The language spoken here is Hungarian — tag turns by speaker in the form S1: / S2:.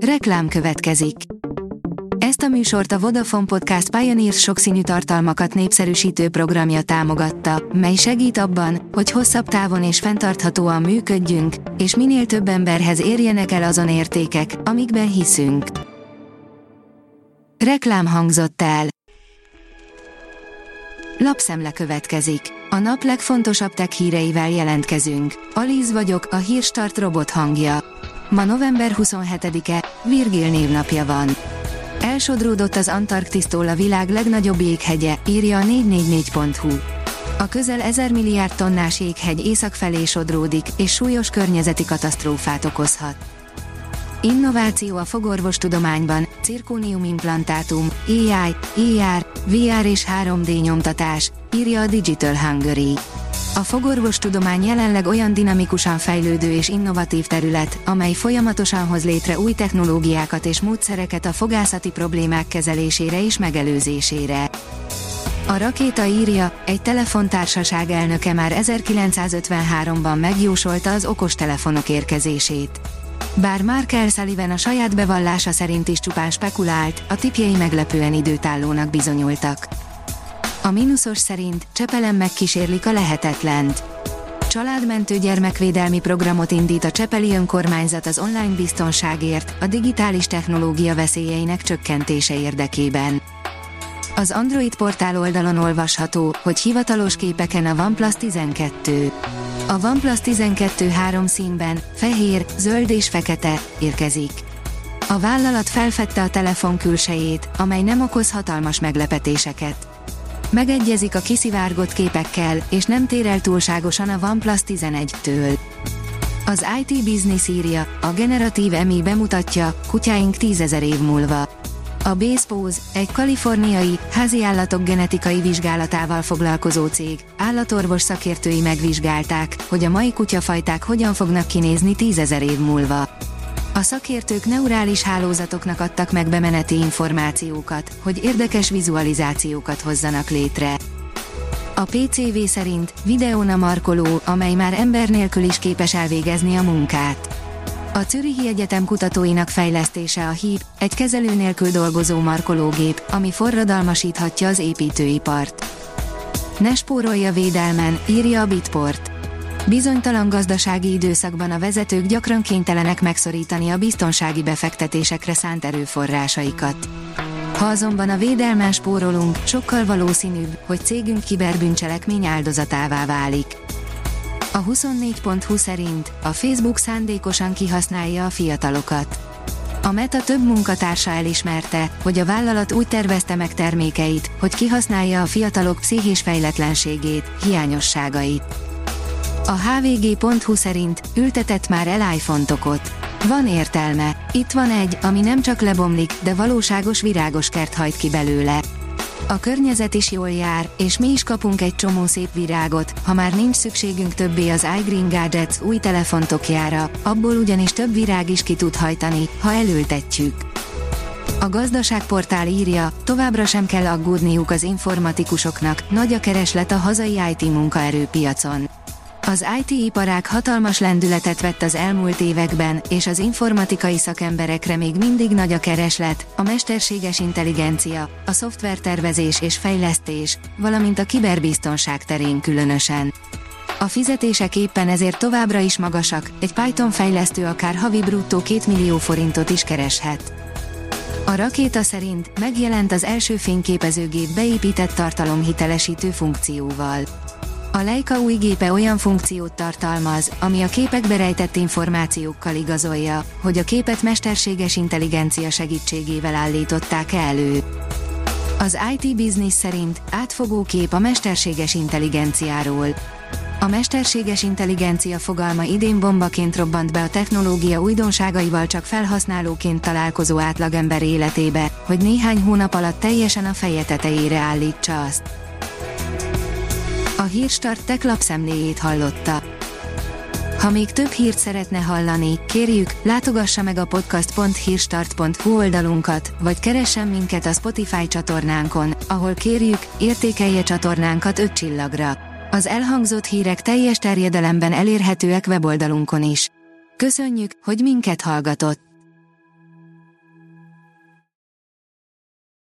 S1: Reklám következik. Ezt a műsort a Vodafone Podcast Pioneers sokszínű tartalmakat népszerűsítő programja támogatta, mely segít abban, hogy hosszabb távon és fenntarthatóan működjünk, és minél több emberhez érjenek el azon értékek, amikben hiszünk. Reklám hangzott el. Lapszemle következik. A nap legfontosabb tech híreivel jelentkezünk. Alíz vagyok, a Hírstart robot hangja. Ma november 27-e, Virgil névnapja van. Elsodródott az Antarktisztól a világ legnagyobb jéghegye, írja a 444.hu. A közel 1000 milliárd tonnás jéghegy észak felé sodródik, és súlyos környezeti katasztrófát okozhat. Innováció a fogorvostudományban, cirkóniumimplantátum, AI, AR, VR és 3D nyomtatás, írja a Digital Hungary. A fogorvostudomány jelenleg olyan dinamikusan fejlődő és innovatív terület, amely folyamatosan hoz létre új technológiákat és módszereket a fogászati problémák kezelésére és megelőzésére. A Rakéta írja, egy telefontársaság elnöke már 1953-ban megjósolta az okostelefonok érkezését. Bár Mark L. Sullivan a saját bevallása szerint is csupán spekulált, a tippjei meglepően időtállónak bizonyultak. A mínuszos szerint Csepelen megkísérlik a lehetetlent. Családmentő gyermekvédelmi programot indít a csepeli önkormányzat az online biztonságért, a digitális technológia veszélyeinek csökkentése érdekében. Az Android portál oldalon olvasható, hogy hivatalos képeken a OnePlus 12. A OnePlus 12 három színben, fehér, zöld és fekete, érkezik. A vállalat felfedte a telefon külsejét, amely nem okoz hatalmas meglepetéseket. Megegyezik a kiszivárgott képekkel, és nem tér el túlságosan a OnePlus 11-től. Az IT Business írja, a generatív AI bemutatja, kutyáink 10 000 év múlva. A BasePose, egy kaliforniai, háziállatok genetikai vizsgálatával foglalkozó cég, állatorvos szakértői megvizsgálták, hogy a mai kutyafajták hogyan fognak kinézni 10 000 év múlva. A szakértők neurális hálózatoknak adtak meg bemeneti információkat, hogy érdekes vizualizációkat hozzanak létre. A PCV szerint videón a markoló, amely már ember nélkül is képes elvégezni a munkát. A Zürichi Egyetem kutatóinak fejlesztése a HEAP, egy kezelő nélkül dolgozó markológép, ami forradalmasíthatja az építőipart. Ne spórolj a védelmen, írja a Bitport. Bizonytalan gazdasági időszakban a vezetők gyakran kénytelenek megszorítani a biztonsági befektetésekre szánt erőforrásaikat. Ha azonban a védelmen spórolunk, sokkal valószínűbb, hogy cégünk kiberbűncselekmény áldozatává válik. A 24.hu szerint a Facebook szándékosan kihasználja a fiatalokat. A Meta több munkatársa elismerte, hogy a vállalat úgy tervezte meg termékeit, hogy kihasználja a fiatalok pszichés fejletlenségét, hiányosságait. A hvg.hu szerint ültetett már el iPhone-tokot. Van értelme, itt van egy, ami nem csak lebomlik, de valóságos virágos kert hajt ki belőle. A környezet is jól jár, és mi is kapunk egy csomó szép virágot, ha már nincs szükségünk többé az iGreen Gadgets új telefontokjára, abból ugyanis több virág is ki tud hajtani, ha elültetjük. A gazdaságportál írja, továbbra sem kell aggódniuk az informatikusoknak, nagy a kereslet a hazai IT munkaerőpiacon. Az IT-iparág hatalmas lendületet vett az elmúlt években, és az informatikai szakemberekre még mindig nagy a kereslet, a mesterséges intelligencia, a szoftvertervezés és fejlesztés, valamint a kiberbiztonság terén különösen. A fizetések éppen ezért továbbra is magasak, egy Python fejlesztő akár havi bruttó 2 millió forintot is kereshet. A Rakéta szerint megjelent az első fényképezőgép beépített tartalomhitelesítő funkcióval. A Leica új gépe olyan funkciót tartalmaz, ami a képekbe rejtett információkkal igazolja, hogy a képet mesterséges intelligencia segítségével állították elő. Az IT Business szerint átfogó kép a mesterséges intelligenciáról. A mesterséges intelligencia fogalma idén bombaként robbant be a technológia újdonságaival csak felhasználóként találkozó átlagember életébe, hogy néhány hónap alatt teljesen a feje tetejére állítsa azt. A Hírstart Tech lapszemléjét hallotta. Ha még több hírt szeretne hallani, kérjük, látogassa meg a podcast.hírstart.hu oldalunkat, vagy keressen minket a Spotify csatornánkon, ahol kérjük, értékelje csatornánkat 5 csillagra. Az elhangzott hírek teljes terjedelemben elérhetőek weboldalunkon is. Köszönjük, hogy minket hallgatott!